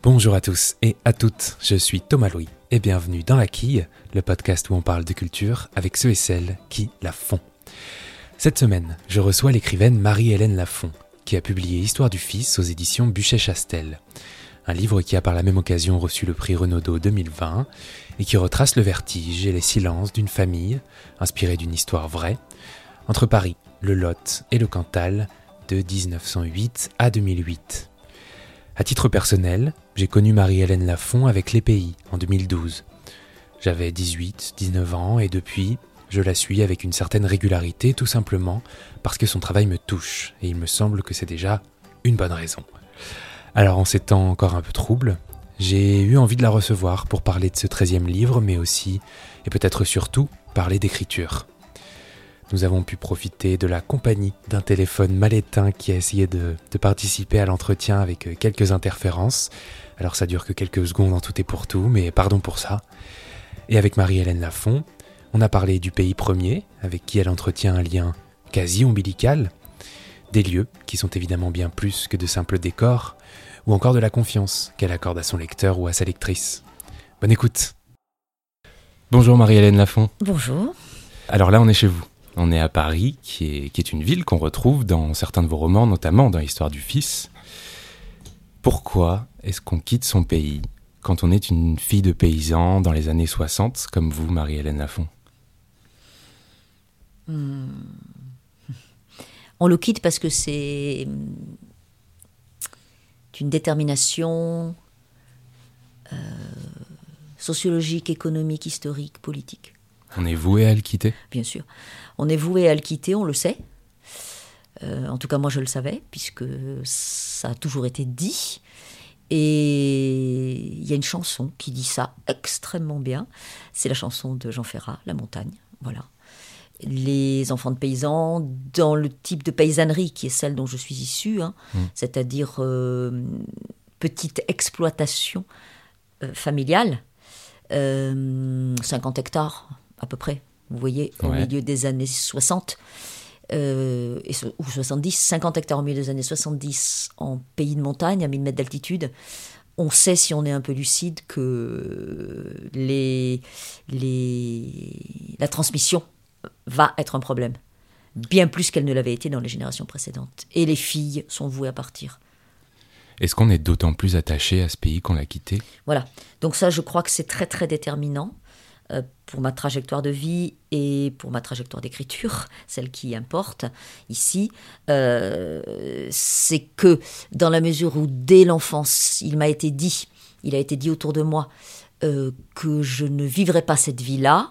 Bonjour à tous et à toutes, je suis Thomas Louis et bienvenue dans La Quille, le podcast où on parle de culture avec ceux et celles qui la font. Cette semaine, je reçois l'écrivaine Marie-Hélène Lafont, qui a publié Histoire du Fils aux éditions Buchet-Chastel, un livre qui a par la même occasion reçu le prix Renaudot 2020 et qui retrace le vertige et les silences d'une famille, inspirée d'une histoire vraie, entre Paris, le Lot et le Cantal, de 1908 à 2008. À titre personnel, j'ai connu Marie-Hélène Lafont avec Les Pays en 2012. J'avais 18-19 ans et depuis, je la suis avec une certaine régularité tout simplement parce que son travail me touche et il me semble que c'est déjà une bonne raison. Alors en ces temps encore un peu troubles, j'ai eu envie de la recevoir pour parler de ce 13e livre mais aussi, et peut-être surtout, parler d'écriture. Nous avons pu profiter de la compagnie d'un téléphone mal éteint qui a essayé de participer à l'entretien avec quelques interférences. Alors ça dure que quelques secondes en tout et pour tout, mais pardon pour ça. Et avec Marie-Hélène Lafont, on a parlé du pays premier, avec qui elle entretient un lien quasi ombilical, des lieux qui sont évidemment bien plus que de simples décors, ou encore de la confiance qu'elle accorde à son lecteur ou à sa lectrice. Bonne écoute. Bonjour Marie-Hélène Lafont. Bonjour. Alors là on est chez vous. On est à Paris, qui est une ville qu'on retrouve dans certains de vos romans, notamment dans Histoire du Fils. Pourquoi est-ce qu'on quitte son pays quand on est une fille de paysan dans les années 60, comme vous, Marie-Hélène Lafont ? On le quitte parce que c'est une détermination sociologique, économique, historique, politique. On est voué à le quitter ? Bien sûr. On est voué à le quitter, on le sait. En tout cas, moi, je le savais, puisque ça a toujours été dit. Et il y a une chanson qui dit ça extrêmement bien. C'est la chanson de Jean Ferrat, La Montagne. Voilà. Les enfants de paysans, dans le type de paysannerie qui est celle dont je suis issue, c'est-à-dire petite exploitation familiale, 50 hectares à peu près, vous voyez, au milieu des années 60 ou 70, 50 hectares au milieu des années 70 en pays de montagne, à 1000 mètres d'altitude. On sait, si on est un peu lucide, que la transmission va être un problème, bien plus qu'elle ne l'avait été dans les générations précédentes. Et les filles sont vouées à partir. Est-ce qu'on est d'autant plus attaché à ce pays qu'on l'a quitté ? Voilà. Donc ça, je crois que c'est très, très déterminant pour ma trajectoire de vie et pour ma trajectoire d'écriture, celle qui importe ici. C'est que dans la mesure où, dès l'enfance, il a été dit autour de moi que je ne vivrais pas cette vie-là.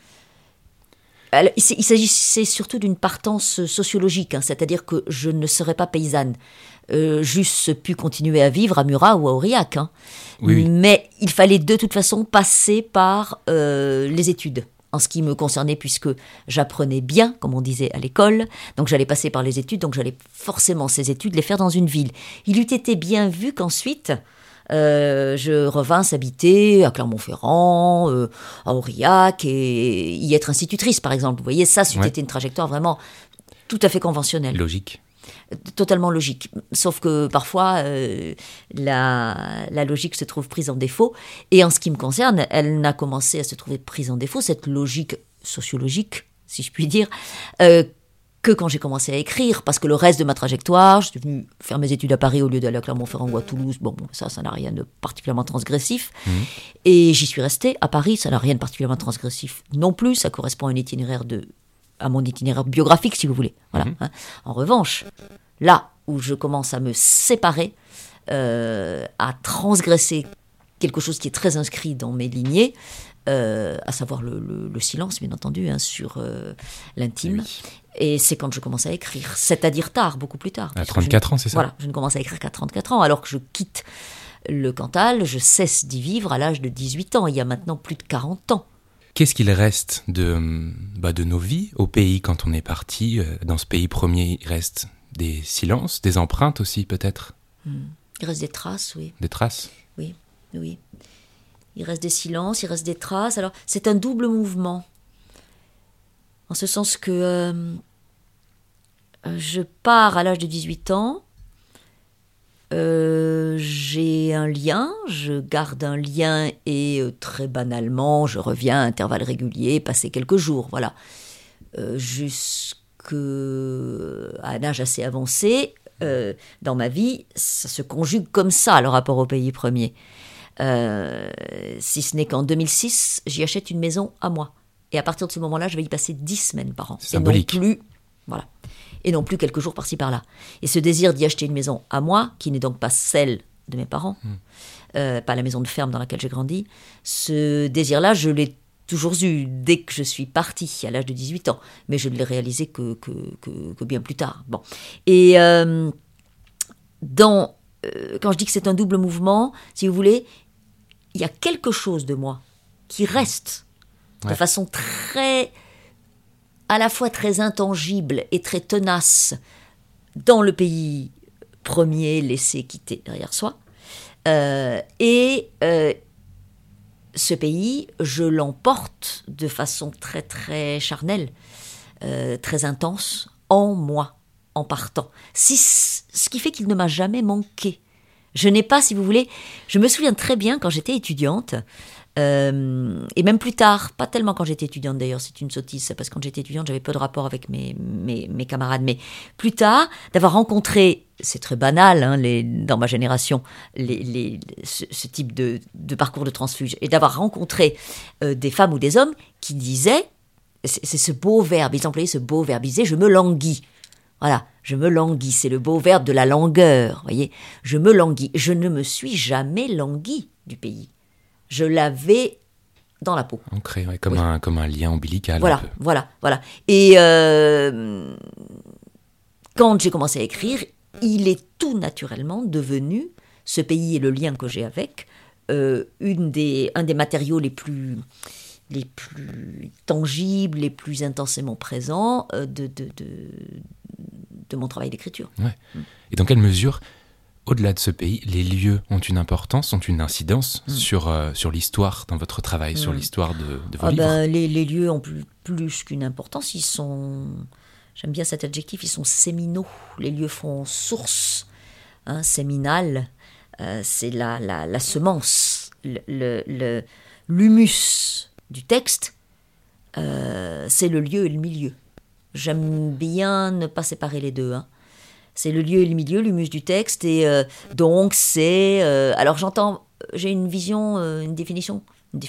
Il s'agissait surtout d'une partance sociologique, c'est-à-dire que je ne serais pas paysanne. J'eusse pu continuer à vivre à Murat ou à Aurillac. Oui. Mais il fallait de toute façon passer par les études, en ce qui me concernait, puisque j'apprenais bien, comme on disait à l'école. Donc j'allais passer par les études, donc j'allais forcément ces études les faire dans une ville. Il eût été bien vu qu'ensuite je revinsse habiter à Clermont-Ferrand, à Aurillac, et y être institutrice, par exemple. Vous voyez, ça, c'était une trajectoire vraiment tout à fait conventionnelle. Logique. Totalement logique. Sauf que parfois, la logique se trouve prise en défaut. Et en ce qui me concerne, elle n'a commencé à se trouver prise en défaut, cette logique sociologique, si je puis dire, que quand j'ai commencé à écrire, parce que le reste de ma trajectoire, je suis venue faire mes études à Paris au lieu d'aller à Clermont-Ferrand ou à Toulouse. Bon, ça n'a rien de particulièrement transgressif. Et j'y suis restée. À Paris, ça n'a rien de particulièrement transgressif non plus. Ça correspond à mon itinéraire biographique, si vous voulez. Voilà. En revanche, là où je commence à me séparer, à transgresser quelque chose qui est très inscrit dans mes lignées, à savoir le silence, bien entendu, sur l'intime. Oui. Et c'est quand je commence à écrire, c'est-à-dire tard, beaucoup plus tard. À 34 ans, c'est ça ? Voilà, je ne commence à écrire qu'à 34 ans, alors que je quitte le Cantal, je cesse d'y vivre à l'âge de 18 ans, il y a maintenant plus de 40 ans. Qu'est-ce qu'il reste de nos vies au pays quand on est parti ? Dans ce pays premier, il reste des silences, des empreintes aussi peut-être ? Il reste des traces, oui. Des traces ? Oui. Il reste des silences, il reste des traces. Alors, c'est un double mouvement. En ce sens que je pars à l'âge de 18 ans J'ai un lien, je garde un lien et très banalement, je reviens à intervalles réguliers, passer quelques jours, voilà. Jusqu'à un âge assez avancé, dans ma vie, ça se conjugue comme ça, le rapport au pays premier. Si ce n'est qu'en 2006, j'y achète une maison à moi. Et à partir de ce moment-là, je vais y passer 10 semaines par an. C'est symbolique. Et non plus quelques jours par-ci par-là. Et ce désir d'y acheter une maison à moi, qui n'est donc pas celle de mes parents, pas la maison de ferme dans laquelle j'ai grandi, ce désir-là, je l'ai toujours eu dès que je suis partie, à l'âge de 18 ans. Mais je ne l'ai réalisé que bien plus tard. Bon. Et quand je dis que c'est un double mouvement, si vous voulez, il y a quelque chose de moi qui reste de façon à la fois très intangible et très tenace dans le pays premier laissé quitter derrière soi. Ce pays, je l'emporte de façon très très charnelle, très intense, en moi, en partant. Ce qui fait qu'il ne m'a jamais manqué. Je n'ai pas, si vous voulez, je me souviens très bien quand j'étais étudiante, et même plus tard, pas tellement quand j'étais étudiante d'ailleurs, c'est une sottise, parce que quand j'étais étudiante, j'avais peu de rapport avec mes camarades, mais plus tard, d'avoir rencontré, c'est très banal dans ma génération, ce type de parcours de transfuge, et d'avoir rencontré des femmes ou des hommes qui disaient, c'est ce beau verbe, ils employaient ce beau verbe, ils disaient « je me languis ». Voilà, je me languis, c'est le beau verbe de la langueur, voyez. Je me languis, je ne me suis jamais langui du pays. Je l'avais dans la peau. Ancré, comme un lien ombilical. Voilà, un peu. voilà. Et quand j'ai commencé à écrire, il est tout naturellement devenu, ce pays et le lien que j'ai avec, un des matériaux les plus tangibles, les plus intensément présents de mon travail d'écriture. Ouais. Et dans quelle mesure, au-delà de ce pays, les lieux ont une importance, ont une incidence sur l'histoire dans votre travail, sur l'histoire de vos livres? Les lieux ont plus qu'une importance, j'aime bien cet adjectif, ils sont séminaux. Les lieux font source, séminal, c'est la semence, l'humus du texte, c'est le lieu et le milieu. J'aime bien ne pas séparer les deux. C'est le lieu et le milieu, l'humus du texte. Et donc, c'est... alors, j'ai une vision, une définition.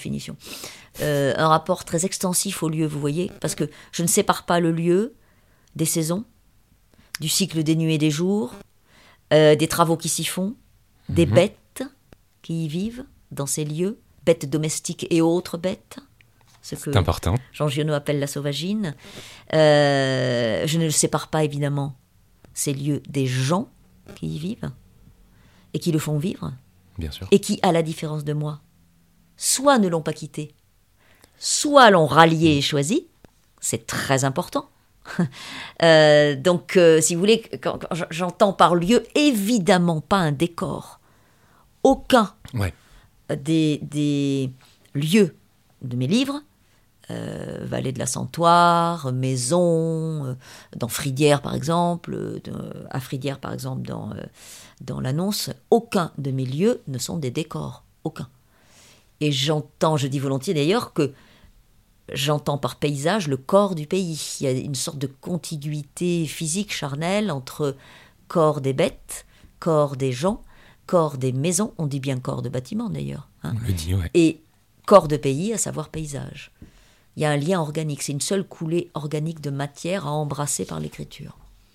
Un rapport très extensif au lieu, vous voyez. Parce que je ne sépare pas le lieu des saisons, du cycle des nuits et des jours, des travaux qui s'y font, des bêtes qui y vivent dans ces lieux, bêtes domestiques et autres bêtes. C'est important. Jean Giono appelle la sauvagine. Je ne le sépare pas, évidemment, ces lieux des gens qui y vivent et qui le font vivre. Bien sûr. Et qui, à la différence de moi, soit ne l'ont pas quitté, soit l'ont rallié et choisi. C'est très important. Donc, si vous voulez, quand j'entends par lieu, évidemment pas un décor. Aucun des lieux de mes livres, Vallée de la Santoire, Maison, dans Fridière par exemple, à Fridière par exemple dans l'annonce, aucun de mes lieux ne sont des décors, aucun. Et je dis volontiers d'ailleurs que j'entends par paysage le corps du pays. Il y a une sorte de contiguïté physique charnelle entre corps des bêtes, corps des gens, corps des maisons, on dit bien corps de bâtiment d'ailleurs. On le dit, ouais. Et corps de pays, à savoir paysage. Il y a un lien organique, c'est une seule coulée organique de matière à embrasser par l'écriture.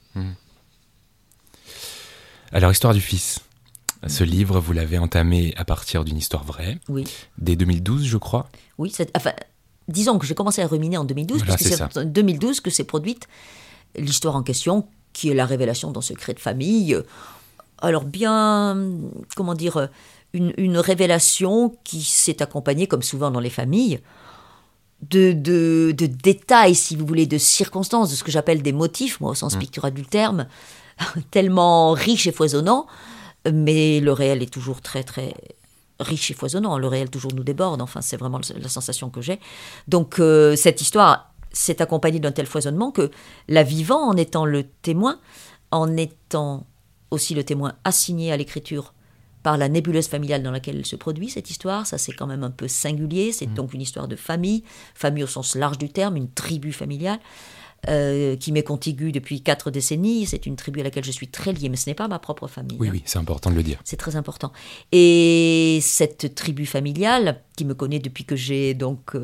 Alors, Histoire du Fils, ce livre, vous l'avez entamé à partir d'une histoire vraie, dès 2012, je crois. Oui, disons que j'ai commencé à ruminer en 2012, voilà, puisque c'est en 2012 que s'est produite l'histoire en question, qui est la révélation d'un secret de famille. Alors bien, comment dire, une révélation qui s'est accompagnée, comme souvent dans les familles, de détails, si vous voulez, de circonstances, de ce que j'appelle des motifs, moi au sens pictural du terme, tellement riches et foisonnants, mais le réel est toujours très très riche et foisonnant, le réel toujours nous déborde, enfin c'est vraiment la sensation que j'ai. Donc cette histoire s'est accompagnée d'un tel foisonnement que la vivant, en étant le témoin, en étant aussi le témoin assigné à l'écriture par la nébuleuse familiale dans laquelle elle se produit, cette histoire. Ça, c'est quand même un peu singulier. C'est donc une histoire de famille, famille au sens large du terme, une tribu familiale, qui m'est contiguë depuis 4 décennies. C'est une tribu à laquelle je suis très liée, mais ce n'est pas ma propre famille. Oui, oui, c'est important de le dire. C'est très important. Et cette tribu familiale, qui me connaît depuis que j'ai donc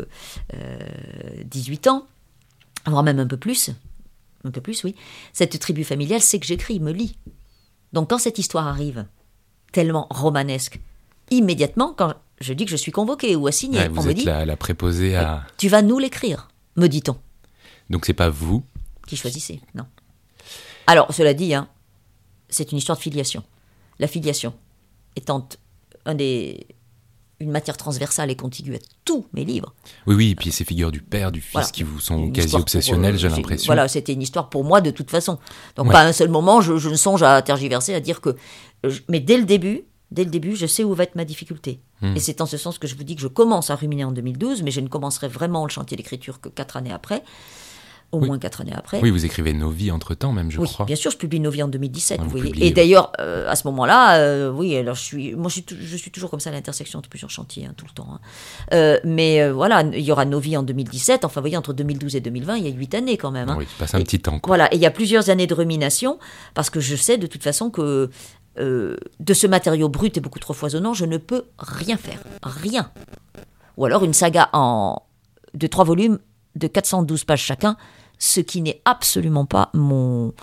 18 ans, voire même un peu plus, oui, cette tribu familiale sait que j'écris, me lit. Donc quand cette histoire arrive, tellement romanesque, immédiatement, quand je dis que je suis convoquée ou assignée, Ouais, vous êtes la préposée à... Tu vas nous l'écrire, me dit-on. Donc c'est pas vous qui choisissez, non. Alors, cela dit, c'est une histoire de filiation. La filiation étant une matière transversale et contiguë à tous mes livres. Oui, et puis ces figures du père, du fils qui vous sont quasi obsessionnelles, j'ai l'impression. Voilà, c'était une histoire pour moi de toute façon. Donc pas un seul moment, je ne songe à tergiverser, à dire que... mais dès le début, je sais où va être ma difficulté. Et c'est en ce sens que je vous dis que je commence à ruminer en 2012, mais je ne commencerai vraiment le chantier d'écriture que 4 années après. Au moins 4 années après. Oui, vous écrivez Nos vies entre-temps même, je crois. Oui, bien sûr, je publie Nos vies en 2017. Vous voyez. Publiez, et d'ailleurs, à ce moment-là, oui, alors je suis toujours comme ça à l'intersection entre plusieurs chantiers, tout le temps. Mais voilà, il y aura Nos vies en 2017. Enfin, vous voyez, entre 2012 et 2020, il y a 8 années quand même. Oui, il passe un petit temps. Quoi. Voilà, et il y a plusieurs années de rumination, parce que je sais de toute façon que de ce matériau brut et beaucoup trop foisonnant, je ne peux rien faire. Rien. Ou alors une saga de 3 volumes de 412 pages chacun, ce qui n'est absolument pas mon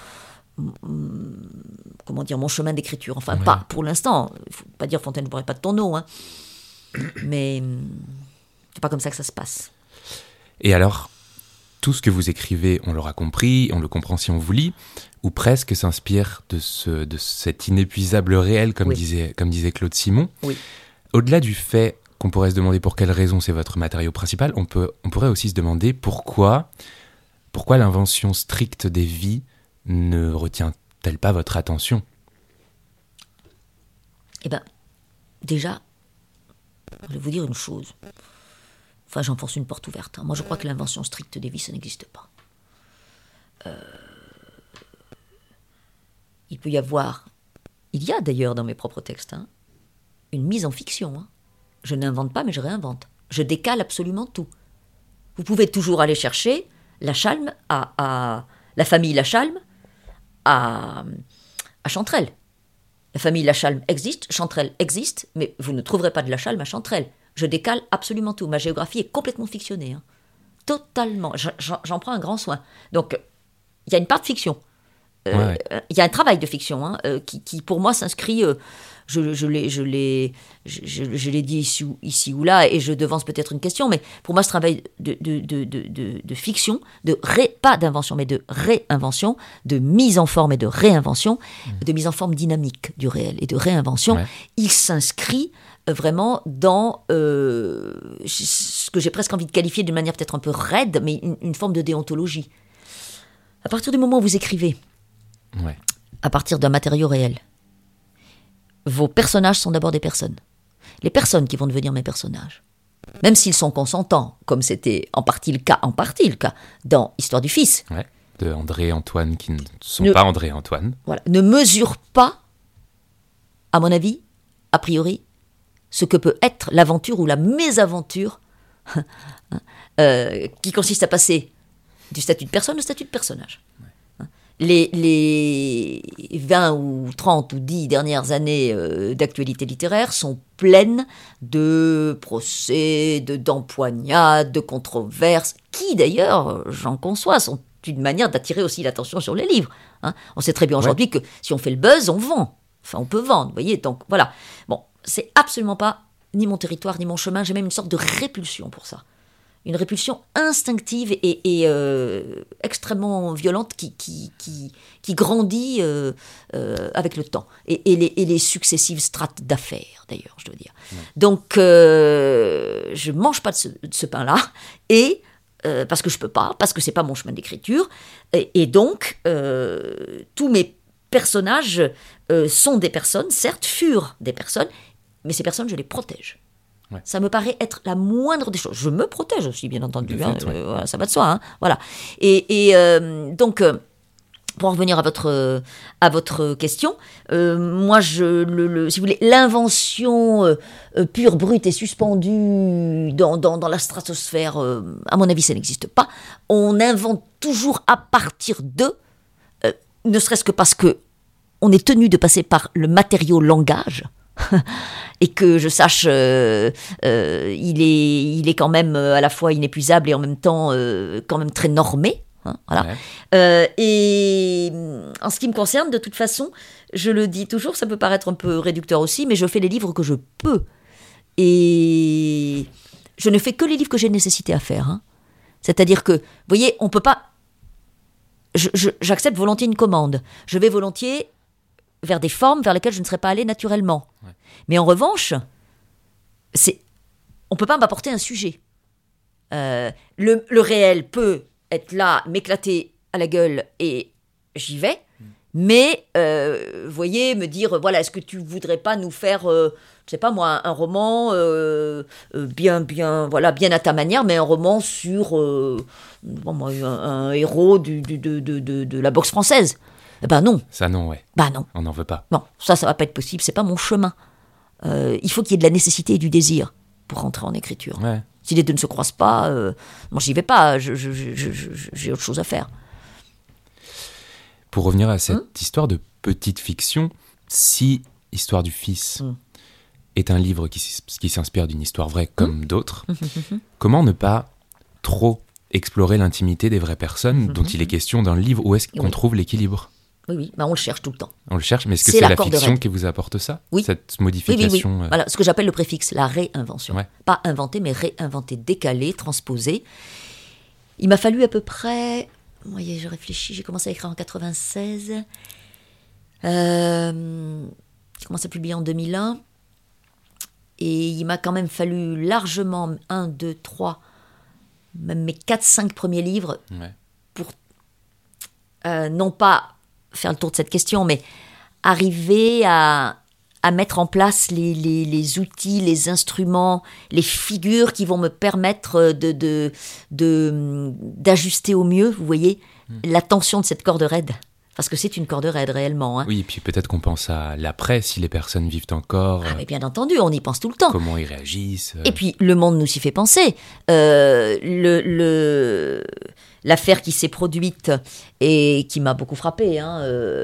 chemin d'écriture. Enfin, pas pour l'instant. Il ne faut pas dire Fontaine, je ne boirai pas de ton eau. Mais c'est pas comme ça que ça se passe. Et alors, tout ce que vous écrivez, on l'aura compris, on le comprend si on vous lit, ou presque s'inspire de cet inépuisable réel, comme disait Claude Simon. Oui. Au-delà du fait qu'on pourrait se demander pour quelle raison c'est votre matériau principal, on pourrait aussi se demander pourquoi l'invention stricte des vies ne retient-elle pas votre attention ? Eh bien, déjà, je vais vous dire une chose. Enfin, j'enfonce une porte ouverte. Moi, je crois que l'invention stricte des vies, ça n'existe pas. Il y a d'ailleurs dans mes propres textes, une mise en fiction. Je n'invente pas, mais je réinvente. Je décale absolument tout. Vous pouvez toujours aller chercher Lachalme la famille Lachalme à Chanterelle. La famille Lachalme existe, Chanterelle existe, mais vous ne trouverez pas de Lachalme à Chanterelle. Je décale absolument tout. Ma géographie est complètement fictionnée. Totalement. J'en prends un grand soin. Donc, il y a une part de fiction. Il y a un travail de fiction qui pour moi s'inscrit... Je l'ai dit ici ou là, et je devance peut-être une question, mais pour moi, ce travail de fiction, pas d'invention, mais de réinvention, de mise en forme et de réinvention, de mise en forme dynamique du réel et de réinvention, il s'inscrit vraiment dans ce que j'ai presque envie de qualifier d'une manière peut-être un peu raide, mais une forme de déontologie. À partir du moment où vous écrivez, à partir d'un matériau réel, vos personnages sont d'abord des personnes. Les personnes qui vont devenir mes personnages, même s'ils sont consentants, comme c'était en partie le cas dans Histoire du Fils. De André et Antoine, qui ne sont pas André et Antoine. Voilà, ne mesurent pas, à mon avis, a priori, ce que peut être l'aventure ou la mésaventure qui consiste à passer du statut de personne au statut de personnage. Les 20 ou 30 ou 10 dernières années d'actualité littéraire sont pleines de procès, d'empoignades, de controverses, qui d'ailleurs, j'en conçois, sont une manière d'attirer aussi l'attention sur les livres. On sait très bien aujourd'hui que si on fait le buzz, on vend. Enfin, on peut vendre, vous voyez. Donc voilà. Bon, c'est absolument pas ni mon territoire, ni mon chemin. J'ai même une sorte de répulsion pour ça. Une répulsion instinctive et extrêmement violente qui grandit avec le temps. Et les successives strates d'affaires, d'ailleurs, je dois dire. Donc, je ne mange pas de ce pain-là, et parce que je ne peux pas, parce que ce n'est pas mon chemin d'écriture. Et donc, tous mes personnages sont des personnes, certes, furent des personnes, mais ces personnes, je les protège. Ça me paraît être la moindre des choses. Je me protège aussi, bien entendu. Ça va de soi. Voilà. Et donc, pour en revenir à votre question, moi, si vous voulez, l'invention pure, brute et suspendue dans la stratosphère, à mon avis, ça n'existe pas. On invente toujours à partir de, ne serait-ce que parce que on est tenu de passer par le matériau langage, et que je sache, il est quand même à la fois inépuisable et en même temps quand même très normé. Hein, voilà. Ouais. Et en ce qui me concerne, de toute façon, je le dis toujours, ça peut paraître un peu réducteur aussi, mais je fais les livres que je peux. Et je ne fais que les livres que j'ai nécessité à faire. Hein. C'est-à-dire que, vous voyez, on ne peut pas... J'accepte volontiers une commande. Je vais volontiers vers des formes vers lesquelles je ne serais pas allée naturellement. Ouais. Mais en revanche, on ne peut pas m'apporter un sujet. Le réel peut être là, m'éclater à la gueule et j'y vais. Mais, vous voyez, me dire, voilà, est-ce que tu voudrais pas nous faire, je sais pas moi, un roman bien à ta manière, mais un roman sur un héros de la boxe française. Eh ben non. Ça non, ouais. Ben non. On n'en veut pas. Non, ça va pas être possible, c'est pas mon chemin. Il faut qu'il y ait de la nécessité et du désir pour rentrer en écriture. Ouais. Si les deux ne se croisent pas, moi j'y vais pas, j'ai autre chose à faire. Pour revenir à cette histoire de petite fiction, si Histoire du Fils est un livre qui s'inspire d'une histoire vraie comme d'autres, comment ne pas trop explorer l'intimité des vraies personnes dont il est question dans le livre? Où est-ce qu'on trouve l'équilibre? Oui, on le cherche tout le temps. On le cherche, mais est-ce que c'est la fiction qui vous apporte ça? Oui. Cette modification Oui. Voilà, ce que j'appelle le préfixe, la réinvention. Ouais. Pas inventer, mais réinventer, décaler, transposer. Il m'a fallu à peu près... Vous voyez, je réfléchis, j'ai commencé à écrire en 96. J'ai commencé à publier en 2001. Et il m'a quand même fallu largement 1, 2, 3, même mes 4, 5 premiers livres pour non pas faire le tour de cette question, mais arriver à mettre en place les outils, les instruments, les figures qui vont me permettre d'ajuster au mieux, vous voyez, la tension de cette corde raide. Parce que c'est une corde raide réellement. Hein. Oui, et puis peut-être qu'on pense à l'après, si les personnes vivent encore. Ah, mais bien entendu, on y pense tout le temps. Comment ils réagissent. Et puis, le monde nous y fait penser. L'affaire qui s'est produite et qui m'a beaucoup frappée, hein,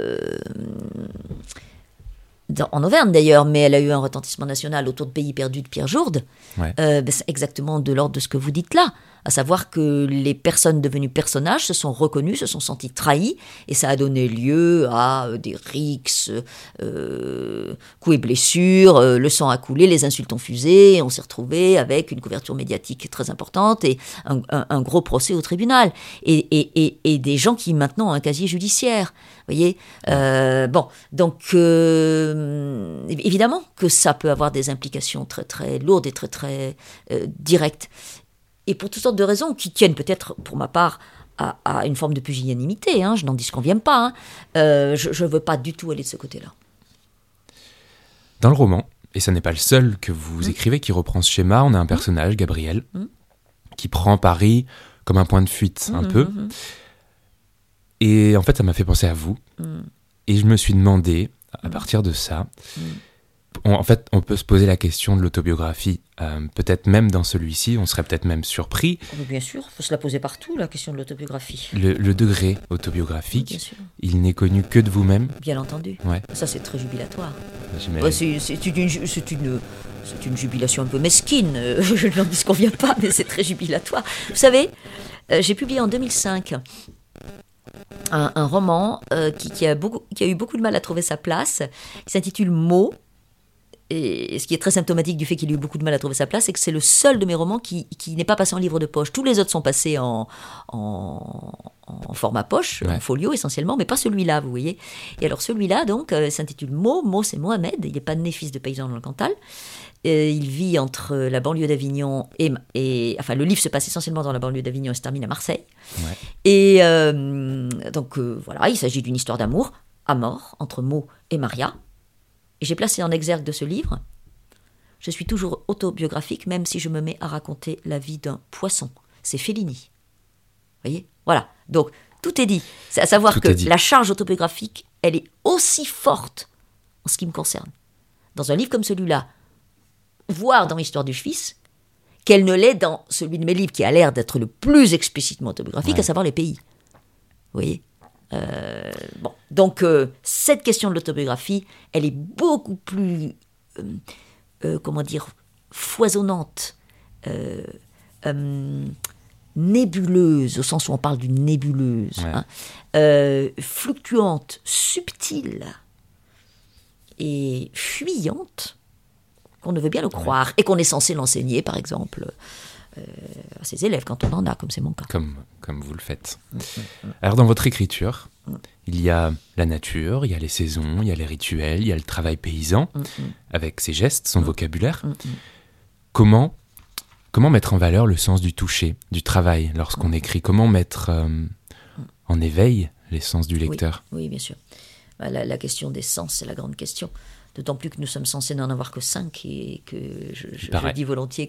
en Auvergne d'ailleurs, mais elle a eu un retentissement national autour de Pays perdu de Pierre Jourde. Ouais. C'est exactement de l'ordre de ce que vous dites là, à savoir que les personnes devenues personnages se sont reconnues, se sont senties trahies, et ça a donné lieu à des rixes, coups et blessures, le sang a coulé, les insultes ont fusé, on s'est retrouvé avec une couverture médiatique très importante et un gros procès au tribunal, et des gens qui maintenant ont un casier judiciaire. Vous voyez, donc évidemment que ça peut avoir des implications très très lourdes et très très directes, et pour toutes sortes de raisons qui tiennent peut-être pour ma part à une forme de pusillanimité, hein, je n'en disconviens pas, hein. Je ne veux pas du tout aller de ce côté-là. Dans le roman, et ce n'est pas le seul que vous écrivez qui reprend ce schéma, on a un personnage, Gabriel, qui prend Paris comme un point de fuite, un peu. Et en fait, ça m'a fait penser à vous. Et je me suis demandé, à partir de ça, en fait, on peut se poser la question de l'autobiographie. Peut-être même dans celui-ci, on serait peut-être même surpris. Bien sûr, il faut se la poser partout, la question de l'autobiographie. Le degré autobiographique, il n'est connu que de vous-même. Bien entendu. Ouais. Ça, c'est très jubilatoire. C'est une jubilation un peu mesquine. Je n'en disconviens pas, mais c'est très jubilatoire. Vous savez, j'ai publié en 2005... Un roman qui a eu beaucoup de mal à trouver sa place, qui s'intitule Mots. Et ce qui est très symptomatique du fait qu'il ait eu beaucoup de mal à trouver sa place, c'est que c'est le seul de mes romans qui n'est pas passé en livre de poche. Tous les autres sont passés en format poche, en folio essentiellement, mais pas celui-là, vous voyez. Et alors celui-là, donc, s'intitule Mots. Mots, c'est Mohamed. Il n'est pas né fils de paysan dans le Cantal. Il vit entre la banlieue d'Avignon enfin, le livre se passe essentiellement dans la banlieue d'Avignon et se termine à Marseille. Ouais. Et donc, voilà, il s'agit d'une histoire d'amour à mort entre Mo et Maria. Et j'ai placé en exergue de ce livre, je suis toujours autobiographique, même si je me mets à raconter la vie d'un poisson. C'est Fellini. Vous voyez ? Voilà. Donc, Tout est dit. C'est à savoir Tout que est dit. la charge autobiographique, elle est aussi forte en ce qui me concerne, dans un livre comme celui-là, voire dans l'histoire du fils, qu'elle ne l'est dans celui de mes livres qui a l'air d'être le plus explicitement autobiographique, Ouais. à savoir les pays. Vous voyez Donc, cette question de l'autobiographie, elle est beaucoup plus, foisonnante, nébuleuse, au sens où on parle d'une nébuleuse, fluctuante, subtile et fuyante, qu'on ne veut bien le croire, et qu'on est censé l'enseigner, par exemple, à ses élèves, quand on en a, comme c'est mon cas. Comme vous le faites. Alors, dans votre écriture, il y a la nature, il y a les saisons, il y a les rituels, il y a le travail paysan, avec ses gestes, son vocabulaire. Comment mettre en valeur le sens du toucher, du travail, lorsqu'on écrit? Comment mettre en éveil les sens du lecteur? Oui, bien sûr. La question des sens, c'est la grande question. D'autant plus que nous sommes censés n'en avoir que 5 et que je dis volontiers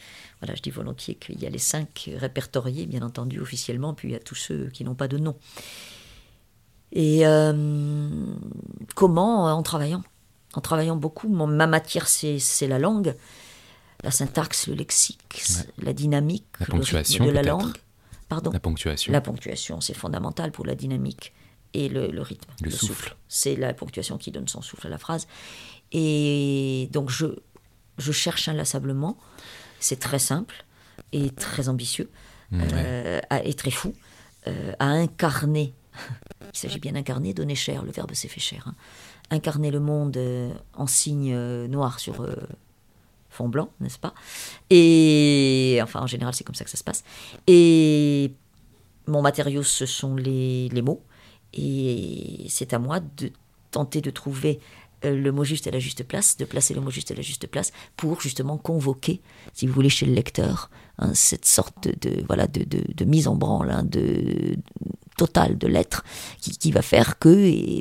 qu'il y a les 5 répertoriés, bien entendu, officiellement, puis il y a tous ceux qui n'ont pas de nom. Et comment? En travaillant. En travaillant beaucoup. Ma matière, c'est la langue, la syntaxe, le lexique, la dynamique, la ponctuation, le rythme de la peut-être. langue. Pardon. La ponctuation. La ponctuation, c'est fondamental pour la dynamique. Et le rythme, le souffle. C'est la ponctuation qui donne son souffle à la phrase. Et donc, je cherche inlassablement. C'est très simple et très ambitieux et très fou à incarner. Il s'agit bien d'incarner, donner chair. Le verbe s'est fait chair. Incarner le monde en signe noir sur fond blanc, n'est-ce pas? Et enfin, en général, c'est comme ça que ça se passe. Et mon matériau, ce sont les mots. Et c'est à moi de tenter de trouver le mot juste à la juste place, de placer le mot juste à la juste place pour justement convoquer, si vous voulez, chez le lecteur, cette sorte de mise en branle, totale de l'être qui va faire que,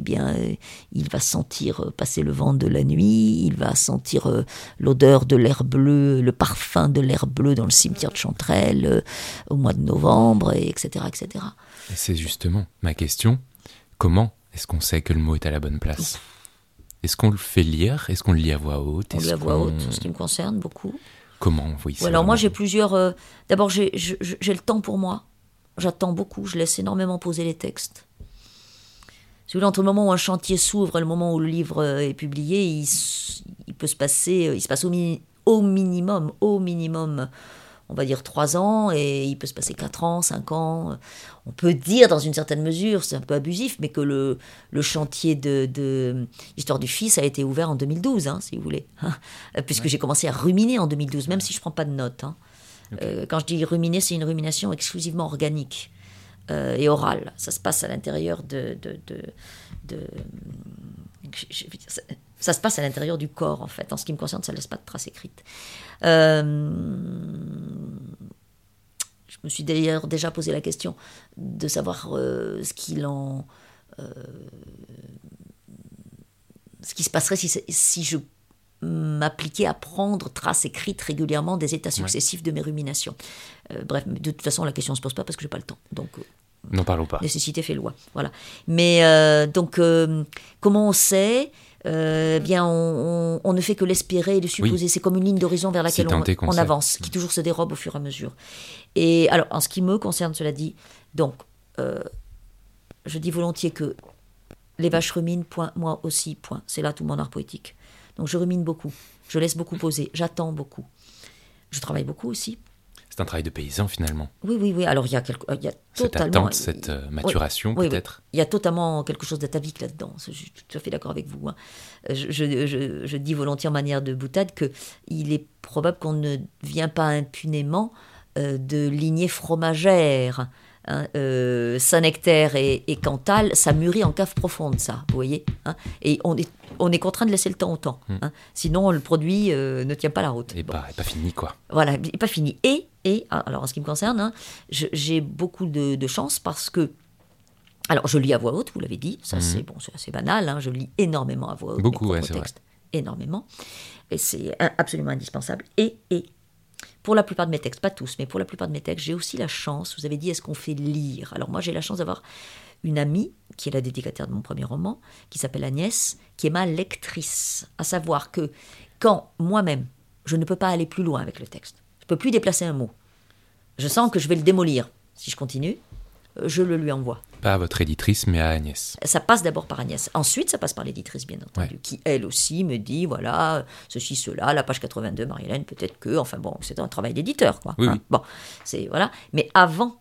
il va sentir passer le vent de la nuit, il va sentir l'odeur de l'air bleu, le parfum de l'air bleu dans le cimetière de Chanterelle au mois de novembre, etc., etc. Et c'est justement ma question. Comment est-ce qu'on sait que le mot est à la bonne place? Est-ce qu'on le fait lire? Est-ce qu'on le lit à voix haute? On lit à voix haute, ce qui me concerne beaucoup. Comment? Oui, alors moi j'ai plusieurs... D'abord j'ai le temps pour moi. J'attends beaucoup, je laisse énormément poser les textes. Si vous voulez, entre le moment où un chantier s'ouvre et le moment où le livre est publié, il se passe au minimum, on va dire 3 ans, et il peut se passer 4 ans, 5 ans. On peut dire, dans une certaine mesure, c'est un peu abusif, mais que le chantier de Histoire du Fils a été ouvert en 2012, si vous voulez. Puisque j'ai commencé à ruminer en 2012, même si je ne prends pas de notes. Okay. Quand je dis ruminer, c'est une rumination exclusivement organique et orale. Ça se passe à l'intérieur ça se passe à l'intérieur du corps, en fait. En ce qui me concerne, ça ne laisse pas de traces écrites. Je me suis d'ailleurs déjà posé la question de savoir ce qui se passerait si je m'appliquer à prendre trace écrite régulièrement des états successifs de mes ruminations. Bref, de toute façon, la question ne se pose pas parce que je n'ai pas le temps. Donc, n'en parlons pas. Nécessité fait loi. Voilà. Mais donc, comment on sait bien, on ne fait que l'espérer et le supposer. Oui. C'est comme une ligne d'horizon vers laquelle on avance, qui toujours se dérobe au fur et à mesure. Et alors, en ce qui me concerne, cela dit, donc, je dis volontiers que les vaches ruminent, point, moi aussi, point. C'est là tout mon art poétique. Donc je rumine beaucoup, je laisse beaucoup poser, j'attends beaucoup. Je travaille beaucoup aussi. C'est un travail de paysan finalement. Oui. Alors il y a totalement... Cette attente, cette maturation peut-être. Oui. Il y a totalement quelque chose d'atavique là-dedans, je suis tout à fait d'accord avec vous. Je dis volontiers en manière de boutade qu'il est probable qu'on ne vient pas impunément de lignée fromagère. Saint-Nectaire et Cantal, ça mûrit en cave profonde, ça, vous voyez. Et on est contraint de laisser le temps au temps. Sinon, le produit ne tient pas la route. Et pas fini, quoi. Voilà, il n'est pas fini. Et alors, en ce qui me concerne, j'ai beaucoup de chance parce que... Alors, je lis à voix haute, vous l'avez dit. Ça, c'est assez banal. Je lis énormément à voix haute. Beaucoup, c'est vrai. Énormément. Et c'est absolument indispensable. Et pour la plupart de mes textes, pas tous, mais pour la plupart de mes textes, j'ai aussi la chance, vous avez dit, est-ce qu'on fait lire? Alors moi, j'ai la chance d'avoir une amie, qui est la dédicataire de mon premier roman, qui s'appelle Agnès, qui est ma lectrice. À savoir que quand moi-même, je ne peux pas aller plus loin avec le texte, je ne peux plus déplacer un mot, je sens que je vais le démolir si je continue, je le lui envoie. Pas à votre éditrice, mais à Agnès. Ça passe d'abord par Agnès. Ensuite, ça passe par l'éditrice, bien entendu, qui, elle aussi, me dit, voilà, ceci, cela, la page 82, Marie-Hélène, peut-être que... Enfin bon, c'est un travail d'éditeur, quoi. Oui, hein. oui. Bon, c'est... Voilà. Mais avant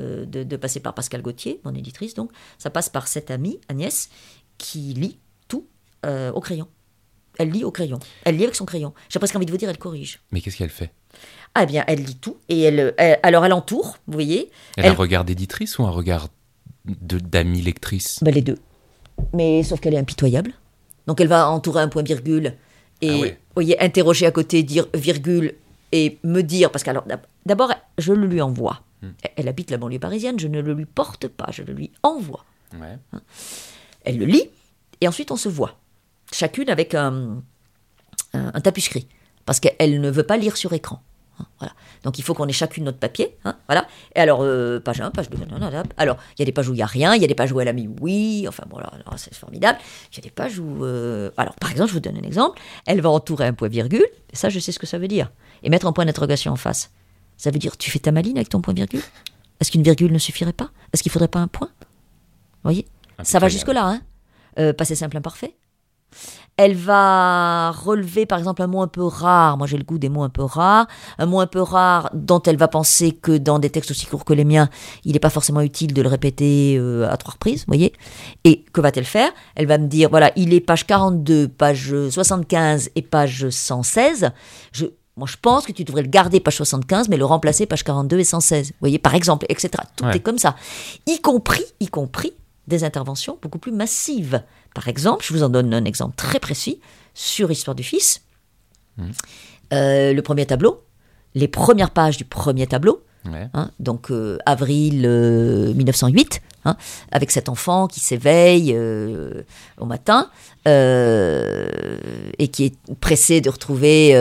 de passer par Pascal Gauthier, mon éditrice, donc, ça passe par cette amie, Agnès, qui lit tout au crayon. Elle lit au crayon. Elle lit avec son crayon. J'ai presque envie de vous dire, elle corrige. Mais qu'est-ce qu'elle fait? Ah bien, elle lit tout, et alors elle entoure, vous voyez. Elle a un regard d'éditrice ou un regard d'amie lectrice? Ben, les deux. Mais sauf qu'elle est impitoyable. Donc elle va entourer un point-virgule et, vous voyez, interroger à côté, dire virgule et me dire, parce que alors, d'abord, je le lui envoie. Elle habite la banlieue parisienne, je ne le lui porte pas, je le lui envoie. Ouais. Hein. Elle le lit, et ensuite on se voit. Chacune avec un tapuscrit, parce qu'elle ne veut pas lire sur écran. Voilà. Donc il faut qu'on ait chacune notre papier. Hein, voilà. Et alors, page 1, page 2, alors il y a des pages où il n'y a rien, il y a des pages où elle a mis oui, enfin bon, là, c'est formidable. Il y a des pages où... Alors par exemple, je vous donne un exemple, elle va entourer un point-virgule, et ça je sais ce que ça veut dire, et mettre un point d'interrogation en face. Ça veut dire, tu fais ta maline avec ton point-virgule? Est-ce qu'une virgule ne suffirait pas? Est-ce qu'il ne faudrait pas un point? Vous voyez? Ça va jusque-là, hein. Passé simple imparfait. Elle va relever par exemple un mot un peu rare. Moi j'ai le goût des mots un peu rares. Un mot un peu rare dont elle va penser que dans des textes aussi courts que les miens, il n'est pas forcément utile de le répéter à 3 reprises, vous voyez. Et que va-t-elle faire? Elle va me dire, voilà, il est page 42, page 75 et page 116. Moi je pense que tu devrais le garder page 75, mais le remplacer page 42 et 116. Vous voyez, par exemple, etc. Tout est comme ça. Y compris des interventions beaucoup plus massives. Par exemple, je vous en donne un exemple très précis sur Histoire du Fils. Le premier tableau, les premières pages du premier tableau, hein, donc avril 1908, hein, avec cet enfant qui s'éveille au matin et qui est pressé de retrouver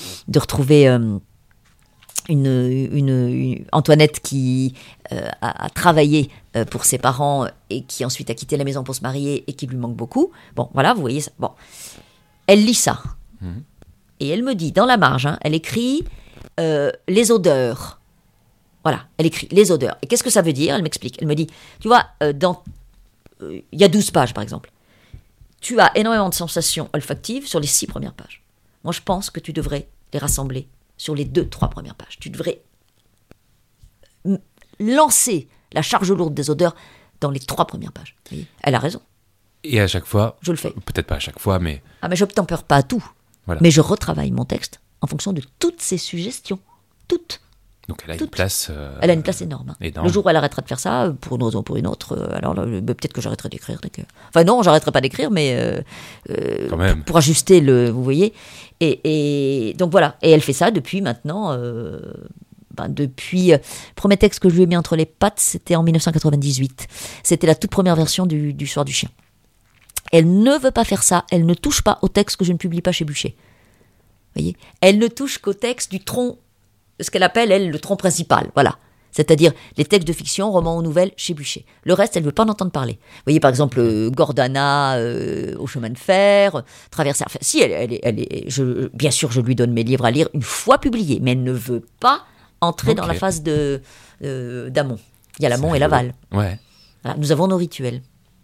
une Antoinette qui a travaillé pour ses parents et qui ensuite a quitté la maison pour se marier et qui lui manque beaucoup. Bon, voilà, vous voyez ça. Bon. Elle lit ça. Et elle me dit, dans la marge, hein, elle écrit les odeurs. Voilà, elle écrit les odeurs. Et qu'est-ce que ça veut dire? Elle m'explique. Elle me dit, tu vois, il y a 12 pages, par exemple. Tu as énormément de sensations olfactives sur les 6 premières pages. Moi, je pense que tu devrais les rassembler sur les 2-3 premières pages. Tu devrais lancer la charge lourde des odeurs dans les 3 premières pages. Elle a raison. Et à chaque fois, je le fais. Peut-être pas à chaque fois, mais... Ah, mais je n'obtempère pas à tout. Voilà. Mais je retravaille mon texte en fonction de toutes ces suggestions. Toutes. Donc elle a une place... Elle a une place énorme. énorme. Le jour où elle arrêtera de faire ça, pour une raison ou pour une autre, alors peut-être que j'arrêterai d'écrire. Enfin non, j'arrêterai pas d'écrire, mais quand même. Pour ajuster vous voyez. Et donc voilà. Et elle fait ça depuis maintenant... depuis le premier texte que je lui ai mis entre les pattes, c'était en 1998. C'était la toute première version du Soir du Chien. Elle ne veut pas faire ça. Elle ne touche pas au texte que je ne publie pas chez Buchet. Vous voyez, elle ne touche qu'au texte du tronc, ce qu'elle appelle, elle, le tronc principal. Voilà. C'est-à-dire les textes de fiction, romans ou nouvelles chez Buchet. Le reste, elle ne veut pas en entendre parler. Vous voyez, par exemple, Gordana au chemin de fer, Traverser... Enfin, si, bien sûr, je lui donne mes livres à lire une fois publiés, mais elle ne veut pas entrer dans la phase d'amont. Il y a l'amont et l'aval. Ouais. Voilà, nous avons nos rituels.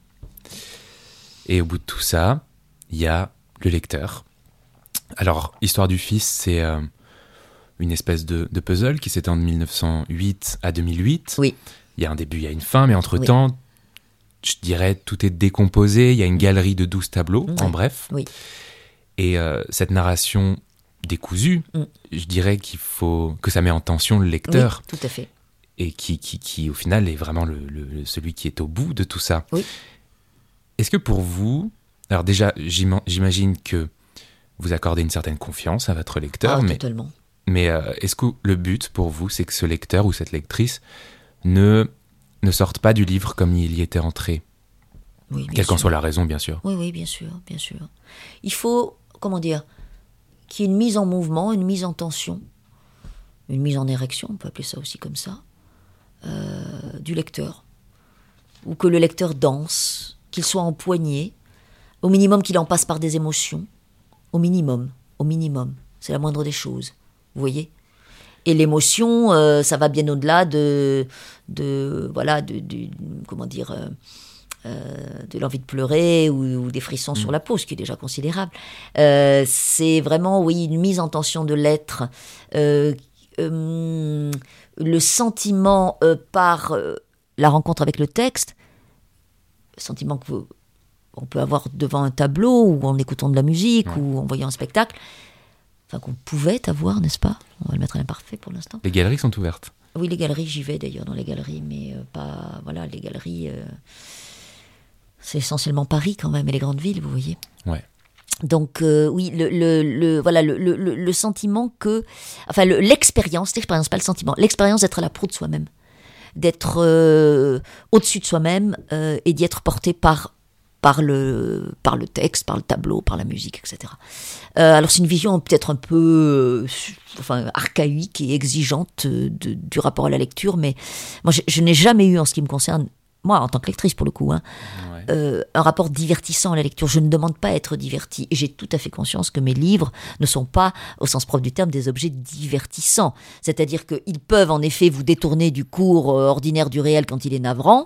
Et au bout de tout ça, il y a le lecteur. Alors, Histoire du Fils, c'est une espèce de puzzle qui s'étend de 1908 à 2008. Oui. Il y a un début, il y a une fin, mais entre-temps, je dirais, tout est décomposé. Il y a une galerie de 12 tableaux, en bref. Oui. Et cette narration décousue, je dirais qu'il faut que ça met en tension le lecteur. Oui, tout à fait. Et qui au final, est vraiment celui qui est au bout de tout ça. Oui. Est-ce que pour vous... Alors déjà, j'imagine que vous accordez une certaine confiance à votre lecteur. Totalement. Mais est-ce que le but pour vous, c'est que ce lecteur ou cette lectrice ne sorte pas du livre comme il y était entré? Oui, quelle qu'en soit la raison, bien sûr. Oui, bien sûr, bien sûr. Il faut, qu'il y ait une mise en mouvement, une mise en tension, une mise en érection, on peut appeler ça aussi comme ça, du lecteur. Ou que le lecteur danse, qu'il soit empoigné, au minimum qu'il en passe par des émotions, au minimum, c'est la moindre des choses, vous voyez. Et l'émotion, ça va bien au-delà de l'envie de pleurer ou des frissons sur la peau, ce qui est déjà considérable. C'est vraiment, oui, une mise en tension de l'être, le sentiment par la rencontre avec le texte, le sentiment qu'on peut avoir devant un tableau ou en écoutant de la musique ou en voyant un spectacle, enfin qu'on pouvait avoir, n'est-ce pas ? On va le mettre à l'imparfait pour l'instant. Les galeries sont ouvertes. Oui, les galeries, j'y vais d'ailleurs dans les galeries, mais pas... Voilà, les galeries, c'est essentiellement Paris quand même, et les grandes villes, vous voyez. Ouais. Donc oui, le sentiment que... Enfin, l'expérience, pas le sentiment, l'expérience d'être à la proue de soi-même, d'être au-dessus de soi-même et d'y être porté par le texte, par le tableau, par la musique, etc. Alors c'est une vision peut-être un peu archaïque et exigeante du rapport à la lecture, mais moi je n'ai jamais eu, en ce qui me concerne, moi en tant que lectrice pour le coup, un rapport divertissant à la lecture. Je ne demande pas à être divertie, et j'ai tout à fait conscience que mes livres ne sont pas, au sens propre du terme, des objets divertissants. C'est-à-dire qu'ils peuvent en effet vous détourner du cours ordinaire du réel quand il est navrant,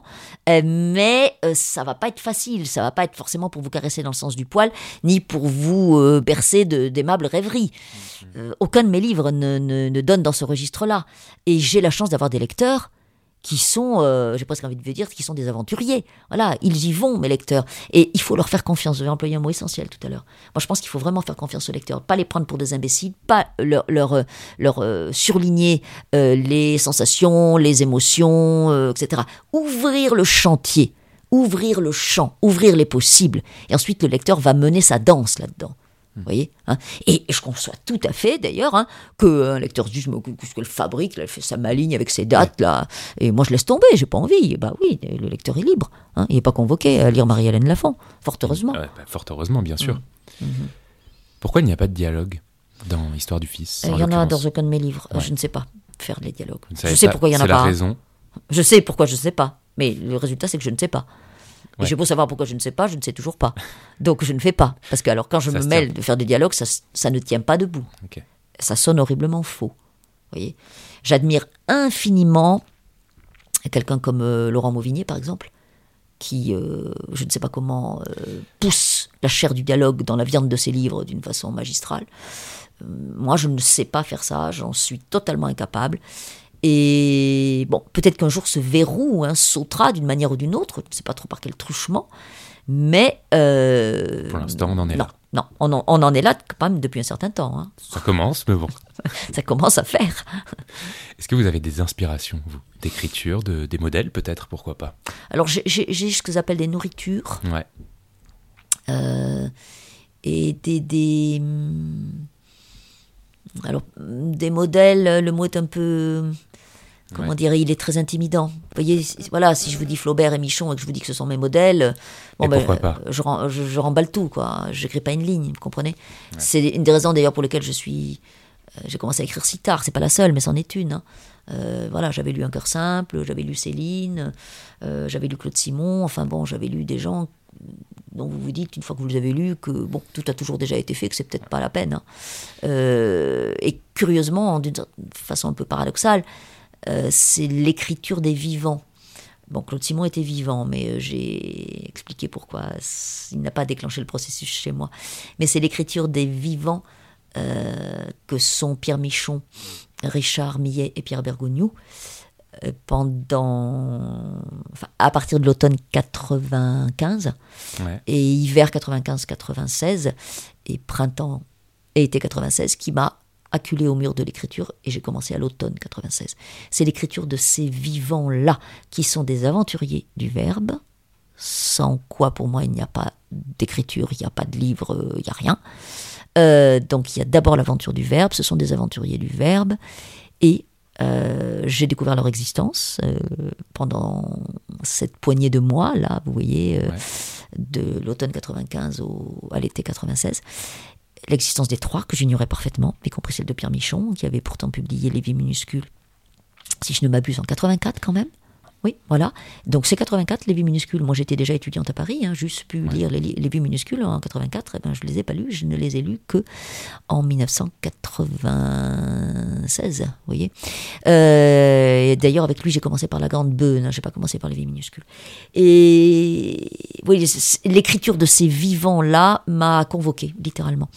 mais ça va pas être facile, ça va pas être forcément pour vous caresser dans le sens du poil, ni pour vous bercer d'aimables rêveries. Aucun de mes livres ne donne dans ce registre-là. Et j'ai la chance d'avoir des lecteurs qui sont, j'ai presque envie de vous dire, qui sont des aventuriers. Voilà, ils y vont, mes lecteurs. Et il faut leur faire confiance. Vous avez employé un mot essentiel tout à l'heure. Moi, je pense qu'il faut vraiment faire confiance aux lecteurs. Pas les prendre pour des imbéciles, pas leur surligner les sensations, les émotions, etc. Ouvrir le chantier, ouvrir le champ, ouvrir les possibles. Et ensuite, le lecteur va mener sa danse là-dedans. Vous voyez, et je conçois tout à fait d'ailleurs qu'un lecteur se dise qu'est-ce qu'elle fabrique, elle fait sa maligne avec ses dates là, et moi je laisse tomber, j'ai pas envie. Et oui, le lecteur est libre, il n'est pas convoqué à lire Marie-Hélène Lafont, fort heureusement. Fort heureusement, bien sûr. Pourquoi il n'y a pas de dialogue dans Histoire du Fils? Il y en a dans aucun de mes livres. Je ne sais pas faire les dialogues. Je sais pourquoi il y en a pas. C'est la raison. Je sais pourquoi je ne sais pas, mais le résultat c'est que je ne sais pas. Et j'ai beau savoir pourquoi je ne sais pas, je ne sais toujours pas. Donc je ne fais pas. Parce que alors quand je me mêle de faire des dialogues, ça ne tient pas debout. Okay. Ça sonne horriblement faux. Vous voyez ? J'admire infiniment quelqu'un comme Laurent Mauvigné, par exemple, qui, je ne sais pas comment, pousse la chair du dialogue dans la viande de ses livres d'une façon magistrale. Moi, je ne sais pas faire ça, j'en suis totalement incapable. Et bon, peut-être qu'un jour ce verrou sautera d'une manière ou d'une autre, je ne sais pas trop par quel truchement, mais... pour l'instant, on en est là. Non, on en est là quand même depuis un certain temps. Ça commence, mais bon. Ça commence à faire. Est-ce que vous avez des inspirations, vous, d'écriture, des modèles peut-être, pourquoi pas? Alors, j'ai ce que j'appelle des nourritures. Ouais. Et alors, des modèles, le mot est un peu... Comment dire, il est très intimidant. Vous voyez, voilà, si je vous dis Flaubert et Michon et que je vous dis que ce sont mes modèles, pourquoi pas je remballe tout, quoi. Je n'écris pas une ligne, vous comprenez ? C'est une des raisons d'ailleurs pour lesquelles j'ai commencé à écrire si tard. C'est pas la seule, mais c'en est une. Voilà, j'avais lu Un cœur simple, j'avais lu Céline, j'avais lu Claude Simon. Enfin bon, j'avais lu des gens dont vous vous dites, une fois que vous les avez lus, que bon, tout a toujours déjà été fait, que c'est peut-être pas la peine. Et curieusement, d'une façon un peu paradoxale, c'est l'écriture des vivants. Bon, Claude Simon était vivant, mais j'ai expliqué pourquoi. Il n'a pas déclenché le processus chez moi. Mais c'est l'écriture des vivants que sont Pierre Michon, Richard Millet et Pierre Bergogneau à partir de l'automne 95 et hiver 95-96 et printemps et été 96 qui m'a acculé au mur de l'écriture et j'ai commencé à l'automne 96. C'est l'écriture de ces vivants-là qui sont des aventuriers du verbe, sans quoi pour moi il n'y a pas d'écriture, il n'y a pas de livre, il n'y a rien. Donc il y a d'abord l'aventure du verbe, ce sont des aventuriers du verbe et j'ai découvert leur existence pendant cette poignée de mois là, vous voyez, de l'automne 95 à l'été 96. l'existence des trois, que j'ignorais parfaitement, y compris celle de Pierre Michon, qui avait pourtant publié Les Vies minuscules, si je ne m'abuse, en 84 quand même. Oui, voilà. Donc c'est 84, Les Vies minuscules. Moi j'étais déjà étudiante à Paris, juste pu lire les Vies minuscules en 84. Je ne les ai pas lus, je ne les ai lus que en 1996, vous voyez. Et d'ailleurs avec lui j'ai commencé par La Grande Beune, j'ai pas commencé par Les Vies minuscules. Et oui, l'écriture de ces vivants-là m'a convoquée, littéralement.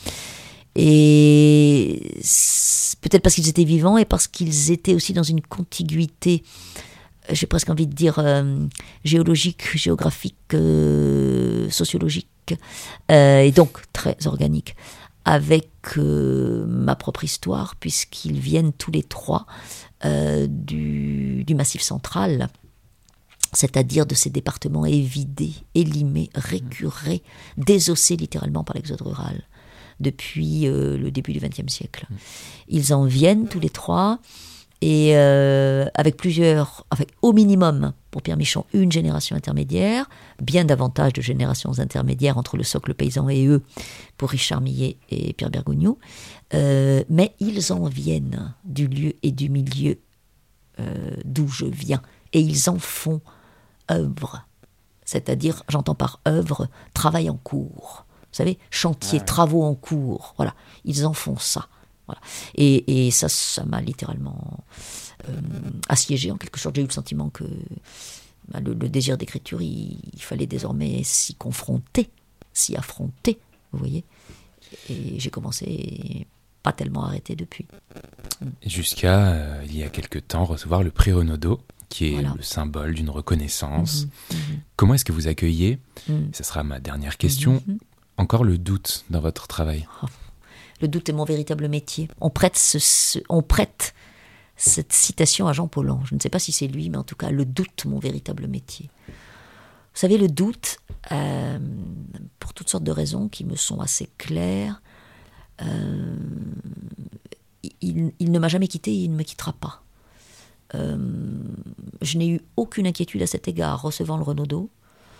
Et peut-être parce qu'ils étaient vivants et parce qu'ils étaient aussi dans une contiguïté, j'ai presque envie de dire géologique, géographique, sociologique, et donc très organique, avec ma propre histoire, puisqu'ils viennent tous les trois du Massif central, c'est-à-dire de ces départements évidés, élimés, récurés, désossés littéralement par l'exode rural, depuis le début du XXe siècle. Ils en viennent tous les trois, et avec au minimum, pour Pierre Michon, une génération intermédiaire, bien davantage de générations intermédiaires entre le socle paysan et eux, pour Richard Millet et Pierre Bergogneau, mais ils en viennent du lieu et du milieu d'où je viens, et ils en font œuvre, c'est-à-dire, j'entends par œuvre, travail en cours, vous savez, chantier, travaux en cours, voilà, ils en font ça. Voilà. Et ça m'a littéralement assiégé en quelque sorte. J'ai eu le sentiment que le désir d'écriture, il fallait désormais s'y confronter, s'y affronter, vous voyez. Et j'ai commencé, pas tellement arrêté depuis. Jusqu'à, il y a quelque temps, recevoir le prix Renaudot, qui est le symbole d'une reconnaissance. Comment est-ce que vous accueillez, ce sera ma dernière question, encore le doute dans votre travail? Le doute est mon véritable métier. On prête cette citation à Jean Paulhan. Je ne sais pas si c'est lui, mais en tout cas, le doute, mon véritable métier. Vous savez, le doute, pour toutes sortes de raisons qui me sont assez claires, il ne m'a jamais quitté et il ne me quittera pas. Je n'ai eu aucune inquiétude à cet égard recevant le Renaudot.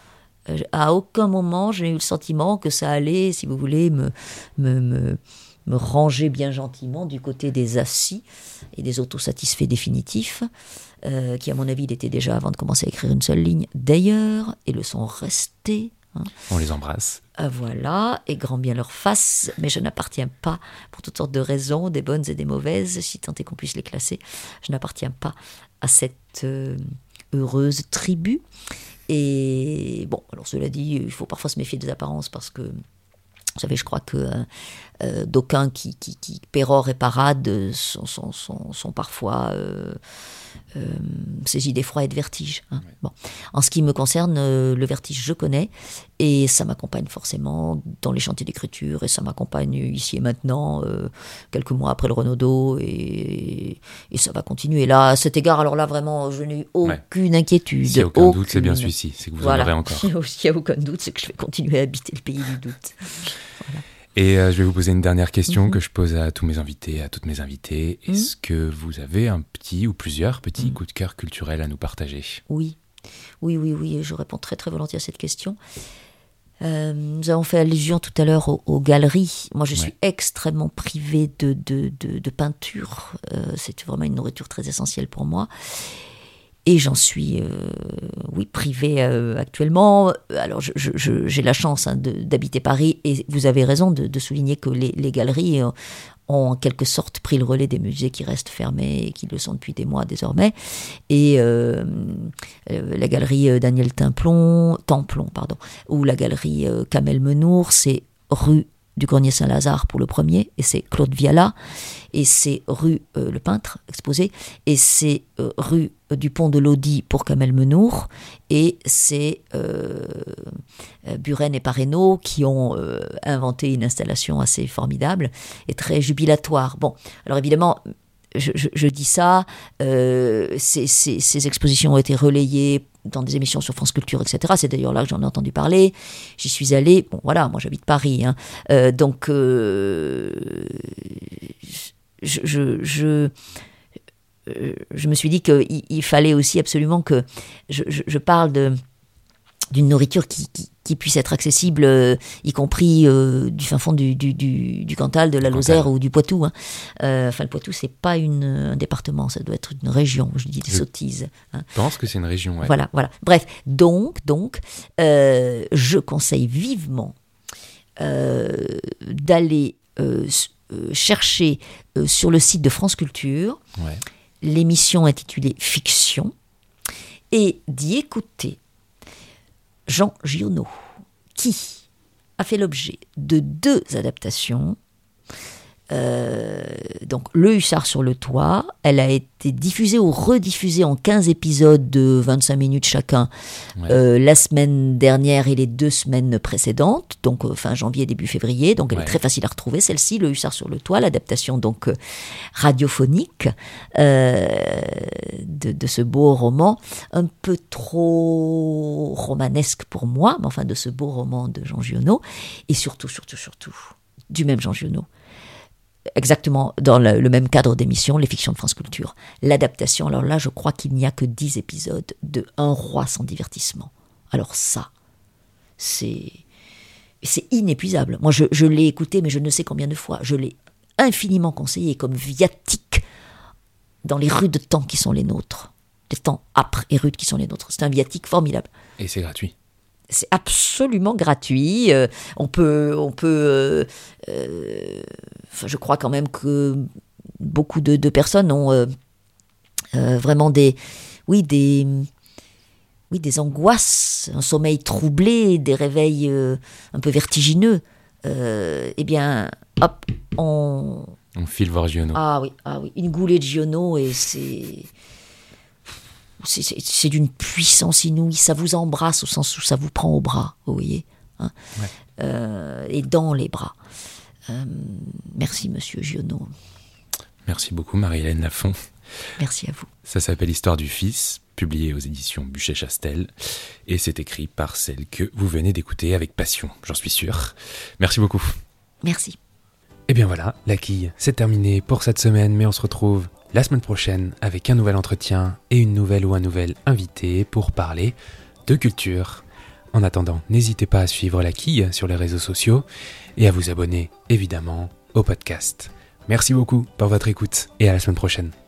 À aucun moment, j'ai eu le sentiment que ça allait, si vous voulez, me ranger bien gentiment du côté des assis et des autosatisfaits définitifs, qui à mon avis l'étaient déjà avant de commencer à écrire une seule ligne d'ailleurs, et le sont restés. On les embrasse. Voilà, et grand bien leur fasse, mais je n'appartiens pas, pour toutes sortes de raisons, des bonnes et des mauvaises, si tant est qu'on puisse les classer, je n'appartiens pas à cette heureuse tribu. Et bon, alors cela dit, il faut parfois se méfier des apparences parce que, vous savez, je crois que d'aucuns qui pérorent et paradent sont parfois saisis d'effroi et de vertige. Ouais. Bon. En ce qui me concerne, le vertige, je connais, et ça m'accompagne forcément dans les chantiers d'écriture, et ça m'accompagne ici et maintenant, quelques mois après le Renaudot, et ça va continuer. Là, à cet égard, alors là, vraiment, je n'ai eu aucune inquiétude. S'il n'y a aucun doute, c'est bien celui-ci, c'est que vous en aurez encore. S'il n'y a aucun doute, c'est que je vais continuer à habiter le pays du doute. Voilà. Et je vais vous poser une dernière question que je pose à tous mes invités, à toutes mes invitées. Est-ce que vous avez un petit ou plusieurs petits coups de cœur culturels à nous partager ? Oui, je réponds très très volontiers à cette question. Nous avons fait allusion tout à l'heure aux galeries. Moi, je suis extrêmement privée de peinture. C'est vraiment une nourriture très essentielle pour moi. Et j'en suis, privée actuellement. Alors, j'ai la chance d'habiter Paris, et vous avez raison de souligner que les galeries ont en quelque sorte pris le relais des musées qui restent fermés et qui le sont depuis des mois désormais. Et la galerie Daniel Templon, ou la galerie Kamel Menour, c'est rue du Grenier-Saint-Lazare pour le premier, et c'est Claude Viala, et c'est rue le peintre exposé, et c'est rue du Pont de Lodi pour Kamel Menour, et c'est Buren et Parreno qui ont inventé une installation assez formidable et très jubilatoire. Bon, alors évidemment, je dis ça, ces expositions ont été relayées dans des émissions sur France Culture, etc. C'est d'ailleurs là que j'en ai entendu parler. J'y suis allée. Bon, voilà, moi j'habite Paris. Donc, je me suis dit qu'il fallait aussi absolument que je parle d'une nourriture qui puisse être accessible, y compris du fin fond du Cantal, de la Lozère ou du Poitou. Hein. Enfin, le Poitou, c'est pas un département, ça doit être une région. Je dis des sottises. Hein. Je pense que c'est une région. Ouais. Voilà. Bref, donc, je conseille vivement d'aller chercher sur le site de France Culture l'émission intitulée Fiction et d'y écouter Jean Giono, qui a fait l'objet de 2 adaptations. Donc Le Hussard sur le toit, elle a été diffusée ou rediffusée en 15 épisodes de 25 minutes chacun la semaine dernière et les 2 semaines précédentes, donc fin janvier, début février, donc elle est très facile à retrouver celle-ci, Le Hussard sur le toit, l'adaptation donc radiophonique de ce beau roman, un peu trop romanesque pour moi, mais enfin de ce beau roman de Jean Giono, et surtout du même Jean Giono. Exactement dans le même cadre d'émission, les fictions de France Culture. L'adaptation, alors là, je crois qu'il n'y a que 10 épisodes de Un roi sans divertissement. Alors ça, c'est inépuisable. Moi, je l'ai écouté, mais je ne sais combien de fois. Je l'ai infiniment conseillé comme viatique dans les rudes temps qui sont les nôtres. Les temps âpres et rudes qui sont les nôtres. C'est un viatique formidable. Et c'est gratuit. C'est absolument gratuit. On peut je crois quand même que beaucoup de personnes ont vraiment des angoisses, un sommeil troublé, des réveils un peu vertigineux. Eh bien, hop, on file voir Giono. Ah oui, une goulée de Giono et c'est d'une puissance inouïe, ça vous embrasse au sens où ça vous prend au bras, vous voyez, hein, et dans les bras. Merci Monsieur Giono. Merci beaucoup Marie-Hélène Lafont. Merci à vous. Ça s'appelle Histoire du Fils, publié aux éditions Buchet-Chastel, et c'est écrit par celle que vous venez d'écouter avec passion, j'en suis sûr. Merci beaucoup. Merci. Et bien voilà, la quille, c'est terminé pour cette semaine, mais on se retrouve la semaine prochaine avec un nouvel entretien et une nouvelle ou un nouvel invité pour parler de culture. En attendant, n'hésitez pas à suivre la quille sur les réseaux sociaux et à vous abonner évidemment au podcast. Merci beaucoup pour votre écoute et à la semaine prochaine.